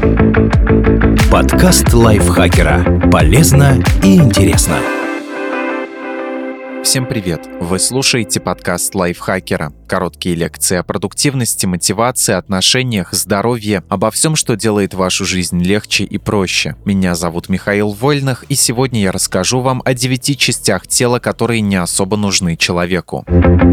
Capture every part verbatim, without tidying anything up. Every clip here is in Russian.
Подкаст лайфхакера. Полезно и интересно. Всем привет! Вы слушаете подкаст лайфхакера. Короткие лекции о продуктивности, мотивации, отношениях, здоровье, обо всем, что делает вашу жизнь легче и проще. Меня зовут Михаил Вольных, и сегодня я расскажу вам о девяти частях тела, которые не особо нужны человеку.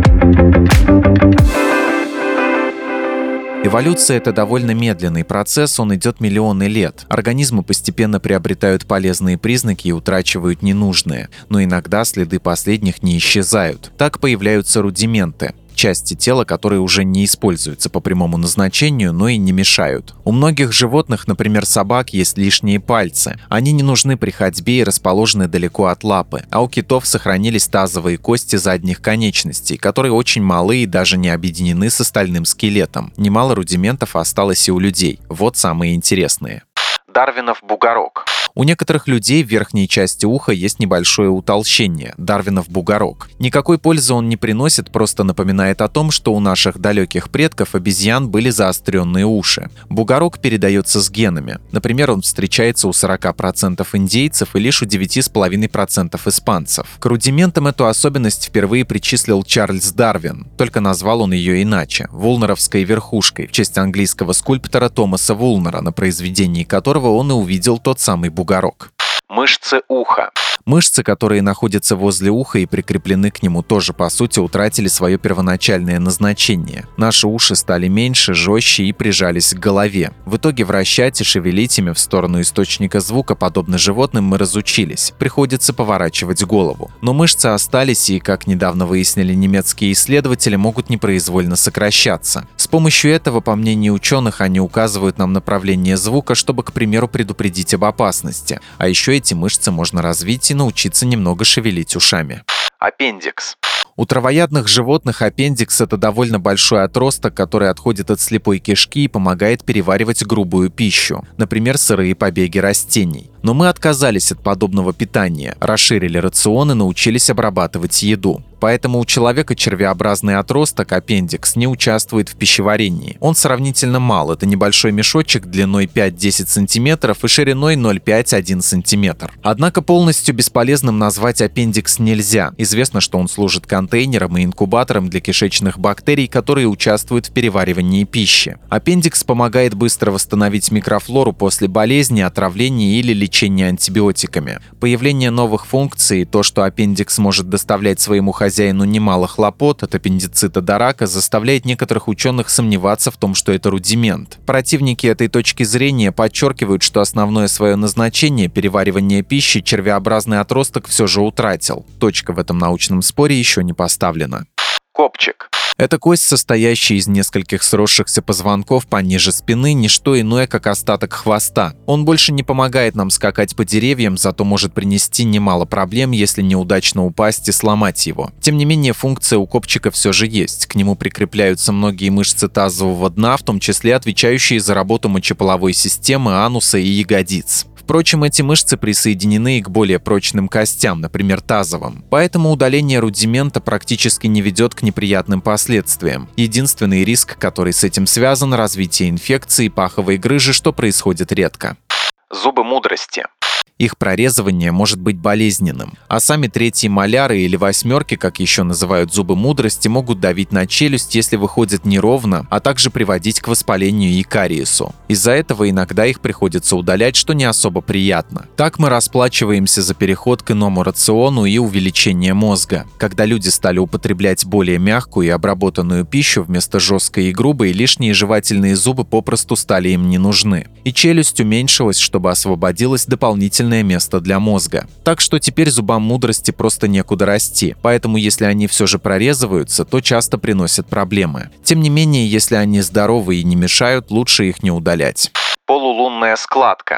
Эволюция — это довольно медленный процесс, он идет миллионы лет. Организмы постепенно приобретают полезные признаки и утрачивают ненужные, но иногда следы последних не исчезают. Так появляются рудименты. Части тела, которые уже не используются по прямому назначению, но и не мешают. У многих животных, например собак, есть лишние пальцы. Они не нужны при ходьбе и расположены далеко от лапы. А у китов сохранились тазовые кости задних конечностей, которые очень малы и даже не объединены с остальным скелетом. Немало рудиментов осталось и у людей. Вот самые интересные. Дарвинов бугорок. У некоторых людей в верхней части уха есть небольшое утолщение – Дарвинов бугорок. Никакой пользы он не приносит, просто напоминает о том, что у наших далеких предков обезьян были заостренные уши. Бугорок передается с генами. Например, он встречается у сорока процентов индейцев и лишь у девяти целых пяти десятых процента испанцев. К рудиментам эту особенность впервые причислил Чарльз Дарвин, только назвал он ее иначе – вулнеровской верхушкой, в честь английского скульптора Томаса Вулнера, на произведении которого он и увидел тот самый бугорок. Бугорок. Мышцы уха. Мышцы, которые находятся возле уха и прикреплены к нему, тоже, по сути, утратили свое первоначальное назначение. Наши уши стали меньше, жестче и прижались к голове. В итоге вращать и шевелить ими в сторону источника звука, подобно животным, мы разучились. Приходится поворачивать голову. Но мышцы остались и, как недавно выяснили немецкие исследователи, могут непроизвольно сокращаться. С помощью этого, по мнению ученых, они указывают нам направление звука, чтобы, к примеру, предупредить об опасности. А еще эти мышцы можно развить и научиться немного шевелить ушами. Аппендикс. У травоядных животных аппендикс – это довольно большой отросток, который отходит от слепой кишки и помогает переваривать грубую пищу, например, сырые побеги растений. Но мы отказались от подобного питания, расширили рацион и научились обрабатывать еду. Поэтому у человека червеобразный отросток, аппендикс, не участвует в пищеварении. Он сравнительно мал, это небольшой мешочек длиной пять-десять сантиметров и шириной ноль целых пять десятых - один сантиметр. Однако полностью бесполезным назвать аппендикс нельзя. Известно, что он служит контейнером и инкубатором для кишечных бактерий, которые участвуют в переваривании пищи. Аппендикс помогает быстро восстановить микрофлору после болезни, отравления или лечения антибиотиками. Появление новых функций, то, что аппендикс может доставлять своему хозяину немало хлопот, от аппендицита до рака, заставляет некоторых ученых сомневаться в том, что это рудимент. Противники этой точки зрения подчеркивают, что основное свое назначение, переваривание пищи, червеобразный отросток все же утратил. Точка в этом научном споре еще не поставлена. Копчик. Это кость, состоящая из нескольких сросшихся позвонков пониже спины, не что иное, как остаток хвоста. Он больше не помогает нам скакать по деревьям, зато может принести немало проблем, если неудачно упасть и сломать его. Тем не менее, функция у копчика все же есть. К нему прикрепляются многие мышцы тазового дна, в том числе отвечающие за работу мочеполовой системы, ануса и ягодиц. Впрочем, эти мышцы присоединены и к более прочным костям, например, тазовым. Поэтому удаление рудимента практически не ведет к неприятным последствиям. Единственный риск, который с этим связан – развитие инфекции, паховой грыжи, что происходит редко. Зубы мудрости. Их прорезывание может быть болезненным. А сами третьи моляры или восьмерки, как еще называют зубы мудрости, могут давить на челюсть, если выходят неровно, а также приводить к воспалению и кариесу. Из-за этого иногда их приходится удалять, что не особо приятно. Так мы расплачиваемся за переход к иному рациону и увеличение мозга. Когда люди стали употреблять более мягкую и обработанную пищу вместо жесткой и грубой, лишние жевательные зубы попросту стали им не нужны. И челюсть уменьшилась, чтобы освободилось дополнительное место для мозга. Так что теперь зубам мудрости просто некуда расти, поэтому если они все же прорезываются, то часто приносят проблемы. Тем не менее, если они здоровы и не мешают, лучше их не удалять. Полулунная складка.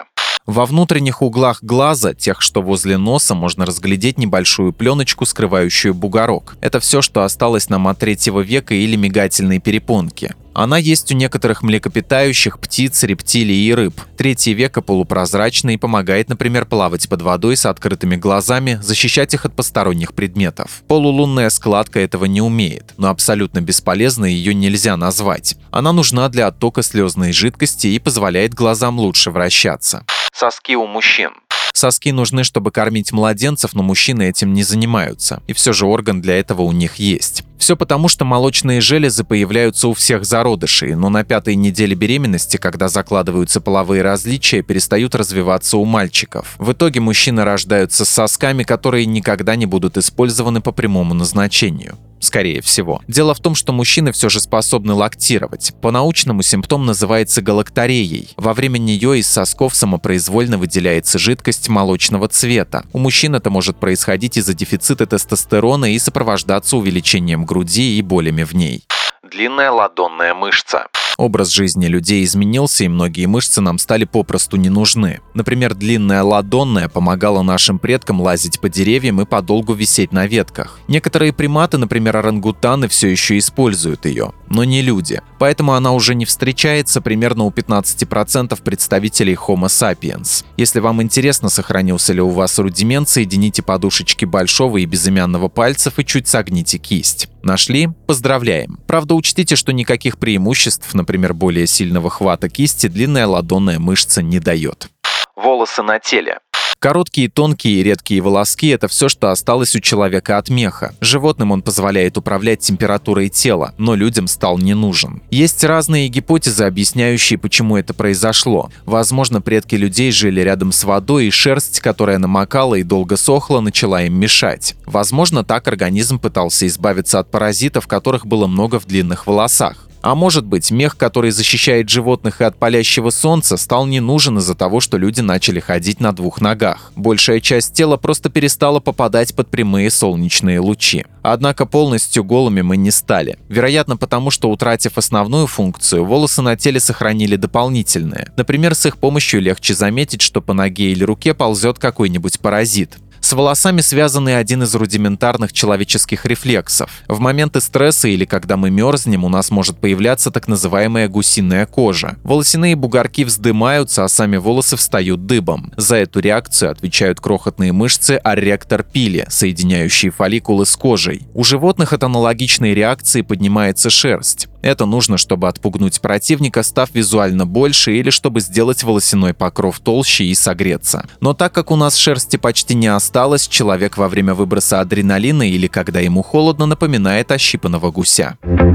Во внутренних углах глаза, тех, что возле носа, можно разглядеть небольшую пленочку, скрывающую бугорок. Это все, что осталось нам от третьего века или мигательной перепонки. Она есть у некоторых млекопитающих, птиц, рептилий и рыб. Третий века полупрозрачный и помогает, например, плавать под водой с открытыми глазами, защищать их от посторонних предметов. Полулунная складка этого не умеет, но абсолютно бесполезной ее нельзя назвать. Она нужна для оттока слезной жидкости и позволяет глазам лучше вращаться. Соски у мужчин. Соски нужны, чтобы кормить младенцев, но мужчины этим не занимаются. И все же орган для этого у них есть. Все потому, что молочные железы появляются у всех зародышей, но на пятой неделе беременности, когда закладываются половые различия, перестают развиваться у мальчиков. В итоге мужчины рождаются с сосками, которые никогда не будут использованы по прямому назначению. Скорее всего. Дело в том, что мужчины все же способны лактировать. По-научному симптом называется галактореей. Во время нее из сосков самопроизвольно выделяется жидкость молочного цвета. У мужчин это может происходить из-за дефицита тестостерона и сопровождаться увеличением груди и болями в ней. Длинная ладонная мышца. Образ жизни людей изменился, и многие мышцы нам стали попросту не нужны. Например, длинная ладонная помогала нашим предкам лазить по деревьям и подолгу висеть на ветках. Некоторые приматы, например, орангутаны, все еще используют ее, но не люди. Поэтому она уже не встречается примерно у пятнадцати процентов представителей Homo sapiens. Если вам интересно, сохранился ли у вас рудимент, соедините подушечки большого и безымянного пальцев и чуть согните кисть. Нашли? Поздравляем. Правда, учтите, что никаких преимуществ, например, более сильного хвата кисти, длинная ладонная мышца не дает. Волосы на теле. Короткие, тонкие и редкие волоски – это все, что осталось у человека от меха. Животным он позволяет управлять температурой тела, но людям стал не нужен. Есть разные гипотезы, объясняющие, почему это произошло. Возможно, предки людей жили рядом с водой, и шерсть, которая намокала и долго сохла, начала им мешать. Возможно, так организм пытался избавиться от паразитов, которых было много в длинных волосах. А может быть, мех, который защищает животных и от палящего солнца, стал не нужен из-за того, что люди начали ходить на двух ногах. Большая часть тела просто перестала попадать под прямые солнечные лучи. Однако полностью голыми мы не стали. Вероятно, потому что, утратив основную функцию, волосы на теле сохранили дополнительные. Например, с их помощью легче заметить, что по ноге или руке ползет какой-нибудь паразит. С волосами связан один из рудиментарных человеческих рефлексов. В моменты стресса или когда мы мерзнем, у нас может появляться так называемая гусиная кожа. Волосяные бугорки вздымаются, а сами волосы встают дыбом. За эту реакцию отвечают крохотные мышцы арректор пили, соединяющие фолликулы с кожей. У животных от аналогичной реакции поднимается шерсть. Это нужно, чтобы отпугнуть противника, став визуально больше, или чтобы сделать волосяной покров толще и согреться. Но так как у нас шерсти почти не осталось, человек во время выброса адреналина или когда ему холодно напоминает ощипанного гуся.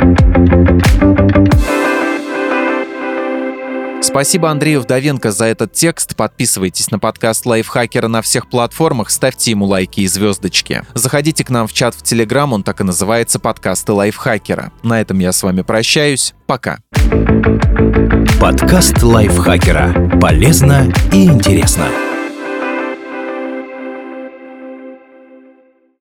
Спасибо Андрею Вдовенко за этот текст. Подписывайтесь на подкаст Лайфхакера на всех платформах, ставьте ему лайки и звездочки. Заходите к нам в чат в Телеграм, он так и называется «Подкасты Лайфхакера». На этом я с вами прощаюсь. Пока. Подкаст Лайфхакера. Полезно и интересно.